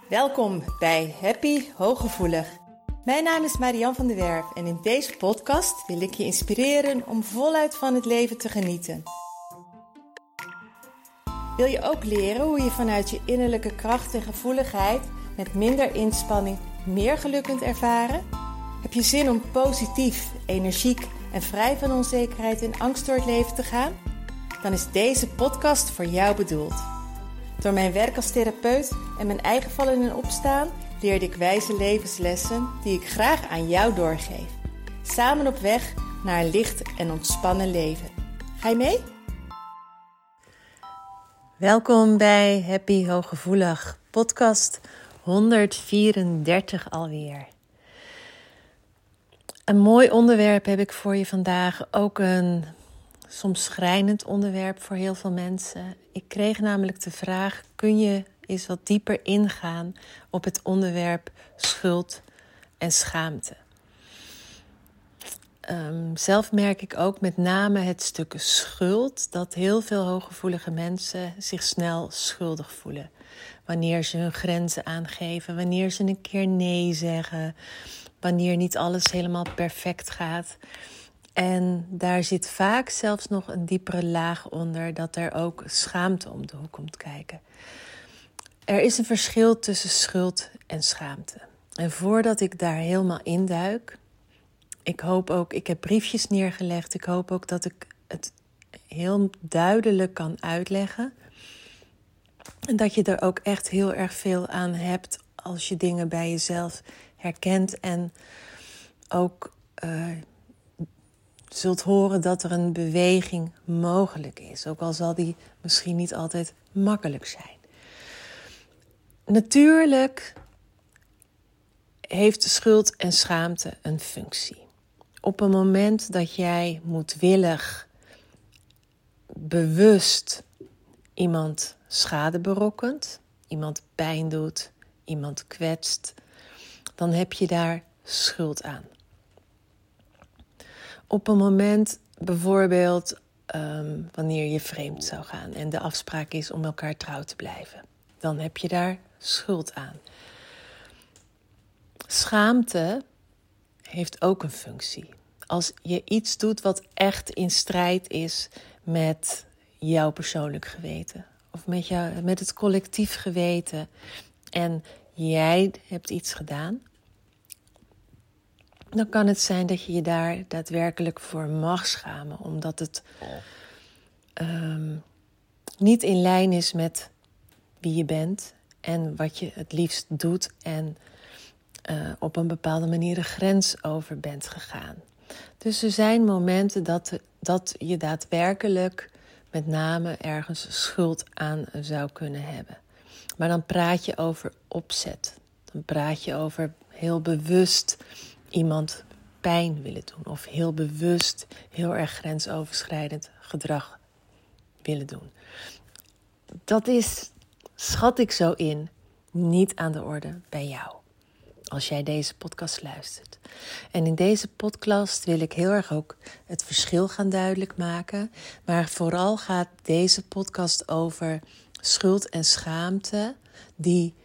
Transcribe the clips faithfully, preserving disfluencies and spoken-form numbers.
Welkom bij Happy Hooggevoelig. Mijn naam is Marianne van der Werf en in deze podcast wil ik je inspireren om voluit van het leven te genieten. Wil je ook leren hoe je vanuit je innerlijke kracht en gevoeligheid met minder inspanning meer geluk kunt ervaren? Heb je zin om positief, energiek en vrij van onzekerheid en angst door het leven te gaan? Dan is deze podcast voor jou bedoeld. Door mijn werk als therapeut en mijn eigen vallen en opstaan leerde ik wijze levenslessen die ik graag aan jou doorgeef. Samen op weg naar een licht en ontspannen leven. Ga je mee? Welkom bij Happy Hooggevoelig, podcast honderdvierendertig alweer. Een mooi onderwerp heb ik voor je vandaag, ook een soms schrijnend onderwerp voor heel veel mensen. Ik kreeg namelijk de vraag, kun je eens wat dieper ingaan op het onderwerp schuld en schaamte? Um, zelf merk ik ook met name het stuk schuld, dat heel veel hooggevoelige mensen zich snel schuldig voelen. Wanneer ze hun grenzen aangeven, wanneer ze een keer nee zeggen, wanneer niet alles helemaal perfect gaat. En daar zit vaak zelfs nog een diepere laag onder, dat er ook schaamte om de hoek komt kijken. Er is een verschil tussen schuld en schaamte. En voordat ik daar helemaal induik, ik hoop ook, ik heb briefjes neergelegd, ik hoop ook dat ik het heel duidelijk kan uitleggen. En dat je er ook echt heel erg veel aan hebt als je dingen bij jezelf herkent en ook Uh, zult horen dat er een beweging mogelijk is. Ook al zal die misschien niet altijd makkelijk zijn. Natuurlijk heeft schuld en schaamte een functie. Op een moment dat jij moedwillig, bewust iemand schade berokkent, iemand pijn doet, iemand kwetst, dan heb je daar schuld aan. Op een moment bijvoorbeeld um, wanneer je vreemd zou gaan en de afspraak is om elkaar trouw te blijven. Dan heb je daar schuld aan. Schaamte heeft ook een functie. Als je iets doet wat echt in strijd is met jouw persoonlijk geweten. Of met, jou, met het collectief geweten. En jij hebt iets gedaan. Dan kan het zijn dat je je daar daadwerkelijk voor mag schamen. Omdat het um, niet in lijn is met wie je bent. En wat je het liefst doet. En uh, op een bepaalde manier een grens over bent gegaan. Dus er zijn momenten dat, dat je daadwerkelijk met name ergens schuld aan zou kunnen hebben. Maar dan praat je over opzet. Dan praat je over heel bewust iemand pijn willen doen. Of heel bewust, heel erg grensoverschrijdend gedrag willen doen. Dat is, schat ik zo in, niet aan de orde bij jou. Als jij deze podcast luistert. En in deze podcast wil ik heel erg ook het verschil gaan duidelijk maken. Maar vooral gaat deze podcast over schuld en schaamte die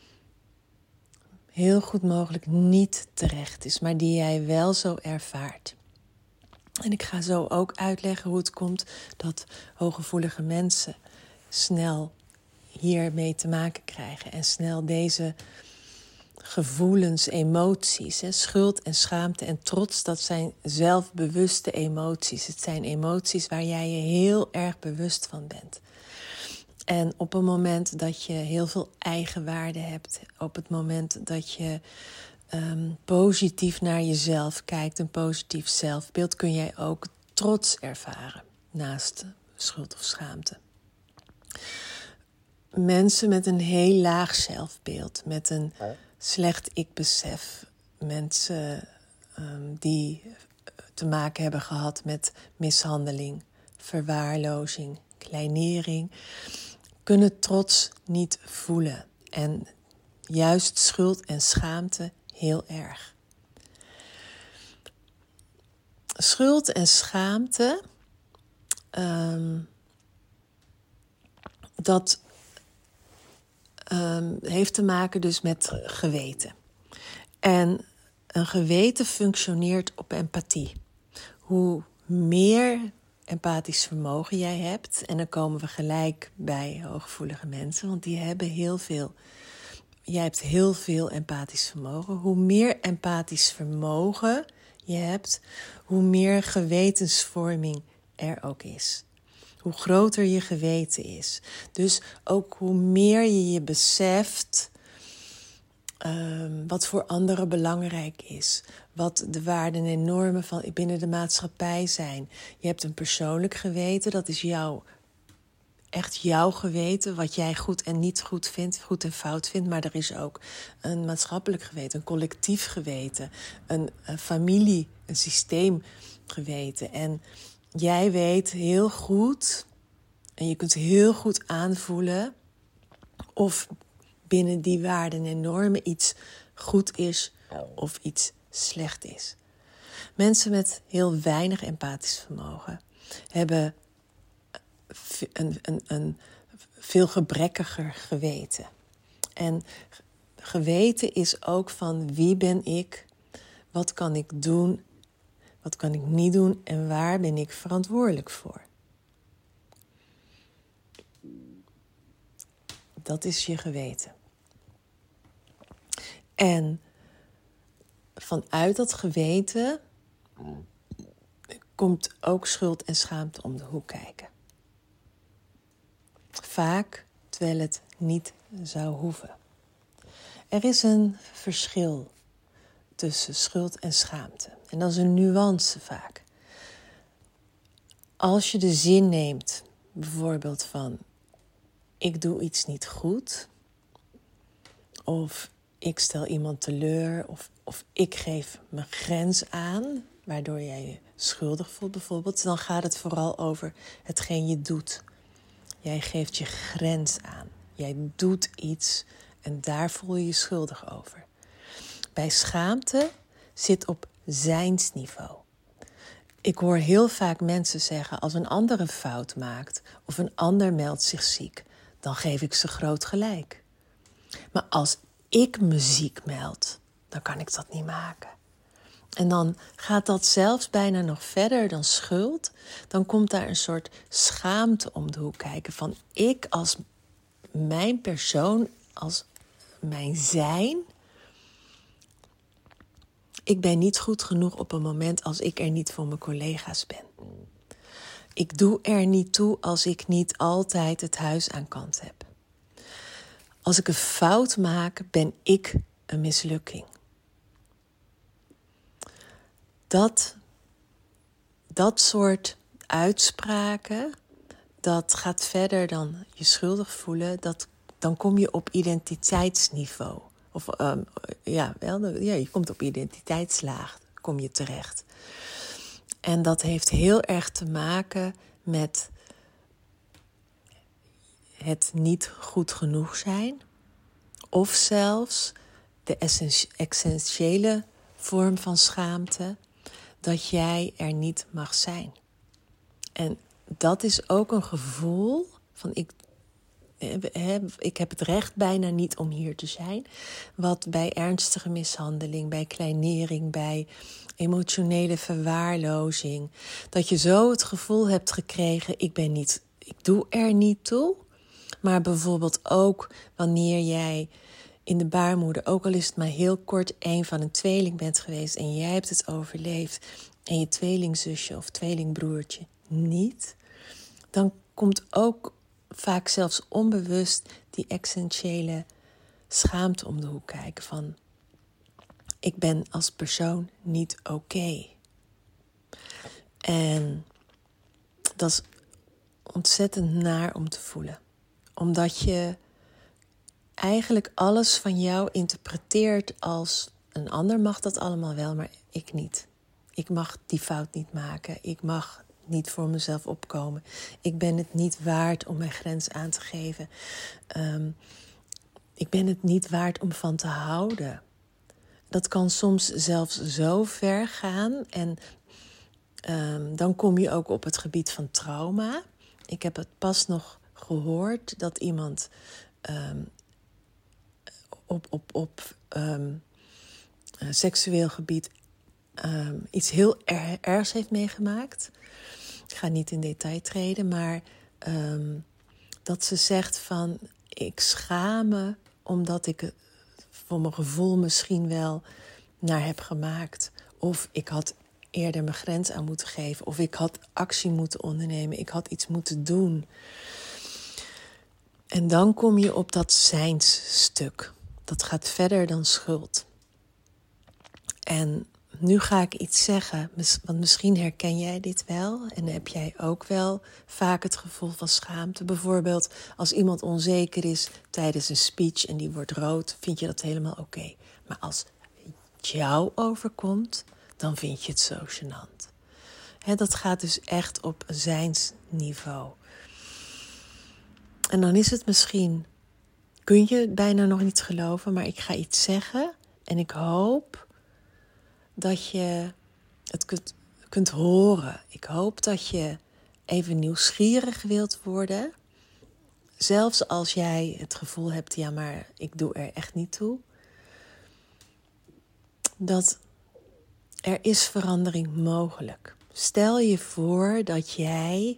heel goed mogelijk niet terecht is, maar die jij wel zo ervaart. En ik ga zo ook uitleggen hoe het komt dat hooggevoelige mensen snel hiermee te maken krijgen. En snel deze gevoelens, emoties, hè, schuld en schaamte en trots, dat zijn zelfbewuste emoties. Het zijn emoties waar jij je heel erg bewust van bent. En op het moment dat je heel veel eigenwaarde hebt, op het moment dat je um, positief naar jezelf kijkt, een positief zelfbeeld, kun jij ook trots ervaren naast schuld of schaamte. Mensen met een heel laag zelfbeeld, met een slecht ik-besef, mensen um, die te maken hebben gehad met mishandeling, verwaarlozing, kleinering, kunnen trots niet voelen. En juist schuld en schaamte heel erg. Schuld en schaamte, um, dat um, heeft te maken dus met geweten. En een geweten functioneert op empathie. Hoe meer empathisch vermogen jij hebt, en dan komen we gelijk bij hooggevoelige mensen, want die hebben heel veel, jij hebt heel veel empathisch vermogen. Hoe meer empathisch vermogen je hebt, hoe meer gewetensvorming er ook is. Hoe groter je geweten is. Dus ook hoe meer je je beseft um, wat voor anderen belangrijk is. Wat de waarden en normen van binnen de maatschappij zijn. Je hebt een persoonlijk geweten, dat is jouw, echt jouw geweten. Wat jij goed en niet goed vindt, goed en fout vindt. Maar er is ook een maatschappelijk geweten, een collectief geweten. Een, een familie, een systeem geweten. En jij weet heel goed, en je kunt heel goed aanvoelen of binnen die waarden en normen iets goed is of iets slecht is. Mensen met heel weinig empathisch vermogen hebben een, een, een veel gebrekkiger geweten. En geweten is ook van wie ben ik, wat kan ik doen, wat kan ik niet doen en waar ben ik verantwoordelijk voor. Dat is je geweten. En vanuit dat geweten komt ook schuld en schaamte om de hoek kijken. Vaak terwijl het niet zou hoeven. Er is een verschil tussen schuld en schaamte. En dat is een nuance vaak. Als je de zin neemt, bijvoorbeeld van ik doe iets niet goed, of ik stel iemand teleur, of, of ik geef mijn grens aan, waardoor jij je schuldig voelt bijvoorbeeld, dan gaat het vooral over hetgeen je doet. Jij geeft je grens aan. Jij doet iets en daar voel je je schuldig over. Bij schaamte zit op zijnsniveau. Ik hoor heel vaak mensen zeggen, als een ander een fout maakt of een ander meldt zich ziek, dan geef ik ze groot gelijk. Maar als ik me ziek meld, dan kan ik dat niet maken. En dan gaat dat zelfs bijna nog verder dan schuld. Dan komt daar een soort schaamte om de hoek kijken van ik als mijn persoon, als mijn zijn. Ik ben niet goed genoeg op een moment als ik er niet voor mijn collega's ben. Ik doe er niet toe als ik niet altijd het huis aan kant heb. Als ik een fout maak, ben ik een mislukking. Dat, dat soort uitspraken, dat gaat verder dan je schuldig voelen. Dat, dan kom je op identiteitsniveau. Of um, ja, wel, ja, je komt op identiteitslaag, kom je terecht. En dat heeft heel erg te maken met het niet goed genoeg zijn. Of zelfs de essentiële vorm van schaamte, dat jij er niet mag zijn. En dat is ook een gevoel van ik, ik heb het recht bijna niet om hier te zijn. Wat bij ernstige mishandeling, bij kleinering, bij emotionele verwaarlozing, dat je zo het gevoel hebt gekregen, ik ben niet, ik doe er niet toe. Maar bijvoorbeeld ook wanneer jij in de baarmoeder, ook al is het maar heel kort, een van een tweeling bent geweest en jij hebt het overleefd en je tweelingzusje of tweelingbroertje niet, dan komt ook vaak zelfs onbewust die essentiële schaamte om de hoek kijken van ik ben als persoon niet oké. Okay. En dat is ontzettend naar om te voelen. Omdat je eigenlijk alles van jou interpreteert als een ander mag dat allemaal wel, maar ik niet. Ik mag die fout niet maken. Ik mag niet voor mezelf opkomen. Ik ben het niet waard om mijn grens aan te geven. Um, ik ben het niet waard om van te houden. Dat kan soms zelfs zo ver gaan. En um, dan kom je ook op het gebied van trauma. Ik heb het pas nog gehoord dat iemand um, op, op, op um, uh, seksueel gebied um, iets heel er- ergs heeft meegemaakt. Ik ga niet in detail treden, maar um, dat ze zegt van, ik schaam me omdat ik het voor mijn gevoel misschien wel naar heb gemaakt. Of ik had eerder mijn grens aan moeten geven. Of ik had actie moeten ondernemen. Ik had iets moeten doen. En dan kom je op dat zijnsstuk. Dat gaat verder dan schuld. En nu ga ik iets zeggen, want misschien herken jij dit wel. En heb jij ook wel vaak het gevoel van schaamte. Bijvoorbeeld als iemand onzeker is tijdens een speech en die wordt rood, vind je dat helemaal oké. Okay. Maar als het jou overkomt, dan vind je het zo gênant. He, dat gaat dus echt op zijnsniveau. En dan is het misschien, kun je het bijna nog niet geloven, maar ik ga iets zeggen en ik hoop dat je het kunt, kunt horen. Ik hoop dat je even nieuwsgierig wilt worden. Zelfs als jij het gevoel hebt, ja, maar ik doe er echt niet toe. Dat er is verandering mogelijk. Stel je voor dat jij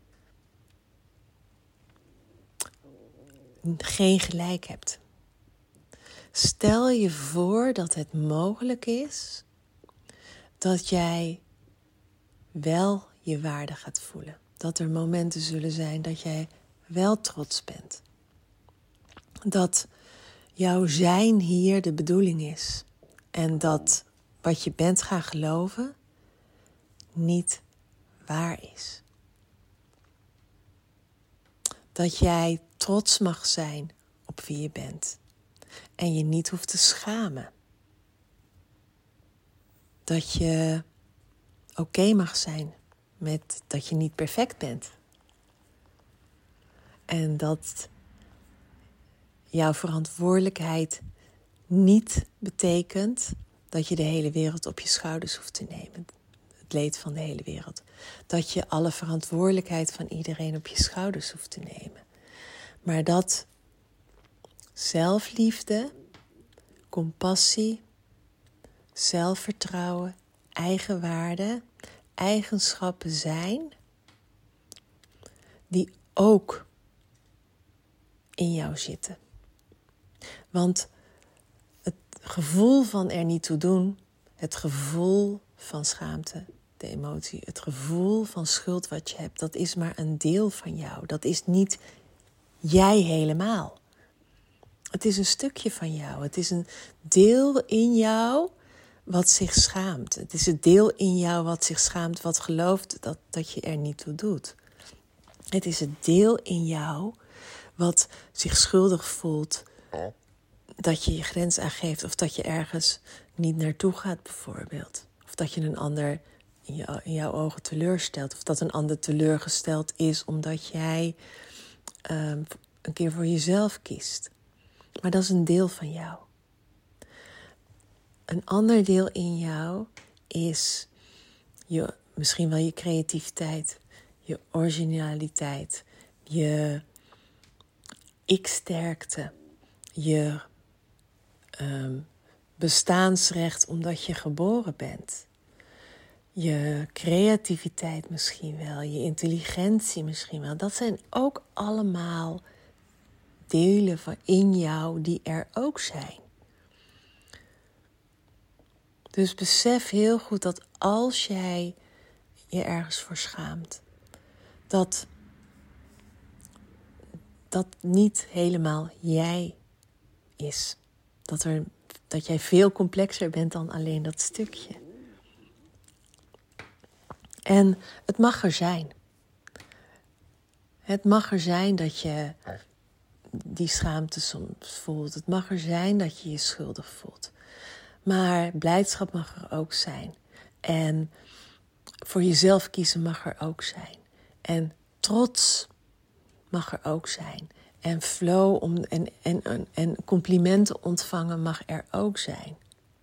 geen gelijk hebt. Stel je voor dat het mogelijk is dat jij wel je waarde gaat voelen. Dat er momenten zullen zijn dat jij wel trots bent. Dat jouw zijn hier de bedoeling is. En dat wat je bent gaan geloven niet waar is. Dat jij trots mag zijn op wie je bent. En je niet hoeft te schamen. Dat je oké okay mag zijn met dat je niet perfect bent. En dat jouw verantwoordelijkheid niet betekent dat je de hele wereld op je schouders hoeft te nemen. Het leed van de hele wereld. Dat je alle verantwoordelijkheid van iedereen op je schouders hoeft te nemen. Maar dat zelfliefde, compassie, zelfvertrouwen, eigenwaarde, eigenschappen zijn die ook in jou zitten. Want het gevoel van er niet toe doen, het gevoel van schaamte, de emotie, het gevoel van schuld wat je hebt, dat is maar een deel van jou. Dat is niet jij helemaal. Het is een stukje van jou. Het is een deel in jou wat zich schaamt. Het is het deel in jou wat zich schaamt, wat gelooft dat, dat je er niet toe doet. Het is het deel in jou wat zich schuldig voelt dat je je grens aangeeft of dat je ergens niet naartoe gaat bijvoorbeeld. Of dat je een ander in, jou, in jouw ogen teleurstelt. Of dat een ander teleurgesteld is omdat jij um, een keer voor jezelf kiest. Maar dat is een deel van jou. Een ander deel in jou is je, misschien wel je creativiteit, je originaliteit, je ik-sterkte, je um, bestaansrecht omdat je geboren bent. Je creativiteit misschien wel, je intelligentie misschien wel. Dat zijn ook allemaal delen van in jou die er ook zijn. Dus besef heel goed dat als jij je ergens voor schaamt, dat dat niet helemaal jij is. Dat, er, dat jij veel complexer bent dan alleen dat stukje. En het mag er zijn. Het mag er zijn dat je die schaamte soms voelt. Het mag er zijn dat je je schuldig voelt. Maar blijdschap mag er ook zijn. En voor jezelf kiezen mag er ook zijn. En trots mag er ook zijn. En flow om, en, en, en complimenten ontvangen mag er ook zijn.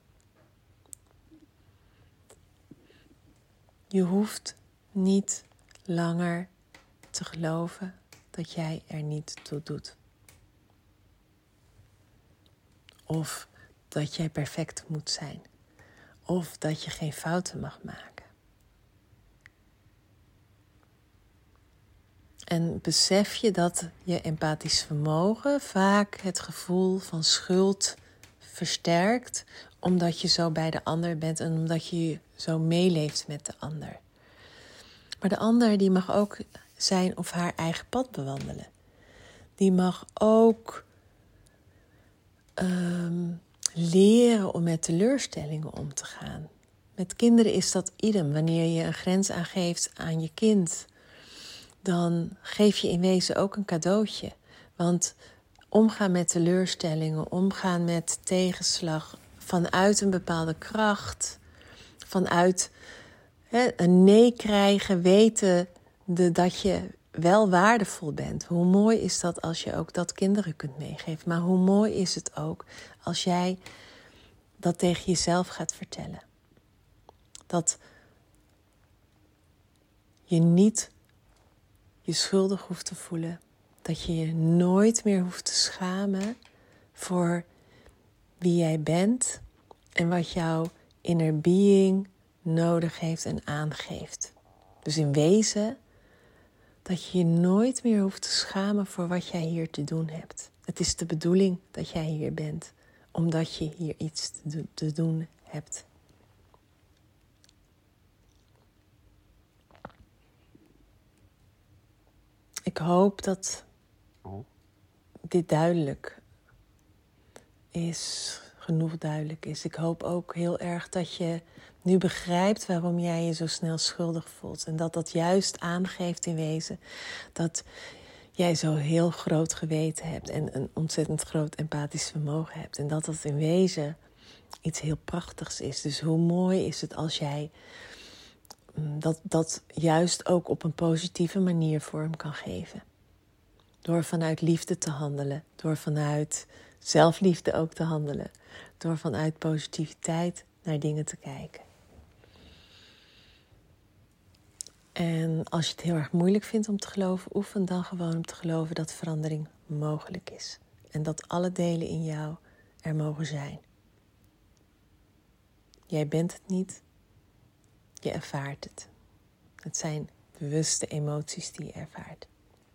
Je hoeft niet langer te geloven dat jij er niet toe doet. Of dat jij perfect moet zijn. Of dat je geen fouten mag maken. En besef je dat je empathisch vermogen vaak het gevoel van schuld versterkt, omdat je zo bij de ander bent en omdat je zo meeleeft met de ander. Maar de ander die mag ook zijn of haar eigen pad bewandelen. Die mag ook um, leren om met teleurstellingen om te gaan. Met kinderen is dat idem. Wanneer je een grens aangeeft aan je kind, dan geef je in wezen ook een cadeautje. Want omgaan met teleurstellingen, omgaan met tegenslag vanuit een bepaalde kracht, vanuit hè, een nee krijgen, weten de, dat je wel waardevol bent. Hoe mooi is dat als je ook dat kinderen kunt meegeven. Maar hoe mooi is het ook als jij dat tegen jezelf gaat vertellen. Dat je niet je schuldig hoeft te voelen. Dat je je nooit meer hoeft te schamen voor wie jij bent en wat jouw inner being nodig heeft en aangeeft. Dus in wezen dat je je nooit meer hoeft te schamen voor wat jij hier te doen hebt. Het is de bedoeling dat jij hier bent, omdat je hier iets te, te doen hebt. Ik hoop dat dit duidelijk is, genoeg duidelijk is. Ik hoop ook heel erg dat je nu begrijpt waarom jij je zo snel schuldig voelt. En dat dat juist aangeeft in wezen dat jij zo heel groot geweten hebt en een ontzettend groot empathisch vermogen hebt. En dat dat in wezen iets heel prachtigs is. Dus hoe mooi is het als jij dat, dat juist ook op een positieve manier vorm kan geven. Door vanuit liefde te handelen. Door vanuit zelfliefde ook te handelen. Door vanuit positiviteit naar dingen te kijken. En als je het heel erg moeilijk vindt om te geloven, oefen dan gewoon om te geloven dat verandering mogelijk is. En dat alle delen in jou er mogen zijn. Jij bent het niet. Je ervaart het. Het zijn bewuste emoties die je ervaart.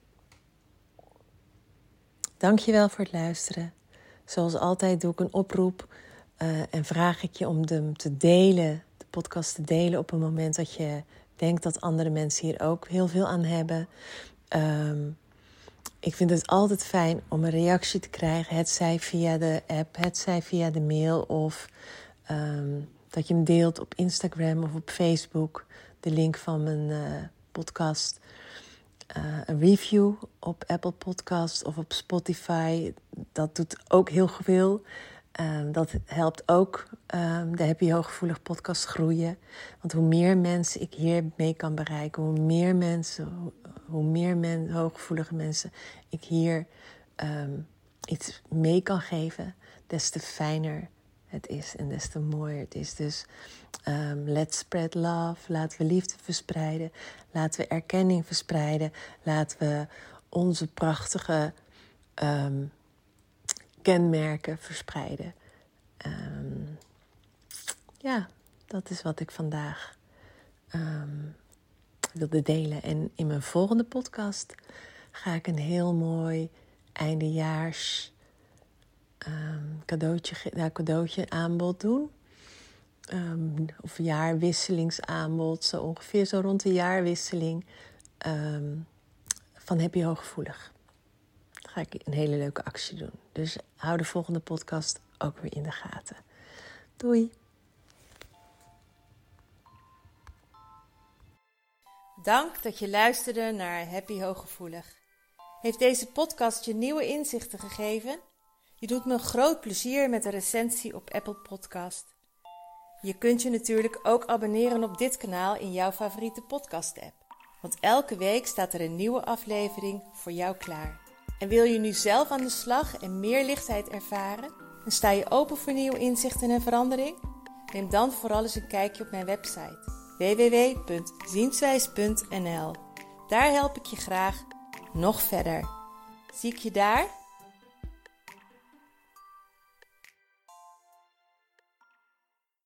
Dank je wel voor het luisteren. Zoals altijd doe ik een oproep uh, en vraag ik je om hem te delen, de podcast te delen op een moment dat je denkt dat andere mensen hier ook heel veel aan hebben. Um, ik vind het altijd fijn om een reactie te krijgen, hetzij via de app, hetzij via de mail of um, dat je hem deelt op Instagram of op Facebook, de link van mijn uh, podcast. Uh, een review op Apple Podcast of op Spotify. Dat doet ook heel veel. Uh, dat helpt ook uh, de Happy Hooggevoelig podcast groeien. Want hoe meer mensen ik hiermee kan bereiken, hoe meer mensen, hoe, hoe meer men, hooggevoelige mensen ik hier um, iets mee kan geven, des te fijner het is en des te mooier het is. Dus um, let's spread love. Laten we liefde verspreiden. Laten we erkenning verspreiden. Laten we onze prachtige um, kenmerken verspreiden. Um, ja, dat is wat ik vandaag um, wilde delen. En in mijn volgende podcast ga ik een heel mooi eindejaars Um, cadeautje, nou, cadeautje aanbod doen. Um, of jaarwisselingsaanbod. Zo ongeveer zo rond de jaarwisseling um, van Happy Hooggevoelig. Dan ga ik een hele leuke actie doen. Dus hou de volgende podcast ook weer in de gaten. Doei! Dank dat je luisterde naar Happy Hooggevoelig. Heeft deze podcast je nieuwe inzichten gegeven? Je doet me een groot plezier met een recensie op Apple Podcast. Je kunt je natuurlijk ook abonneren op dit kanaal in jouw favoriete podcast-app. Want elke week staat er een nieuwe aflevering voor jou klaar. En wil je nu zelf aan de slag en meer lichtheid ervaren? En sta je open voor nieuwe inzichten en verandering? Neem dan vooral eens een kijkje op mijn website w w w punt zienswijs punt n l. Daar help ik je graag nog verder. Zie ik je daar?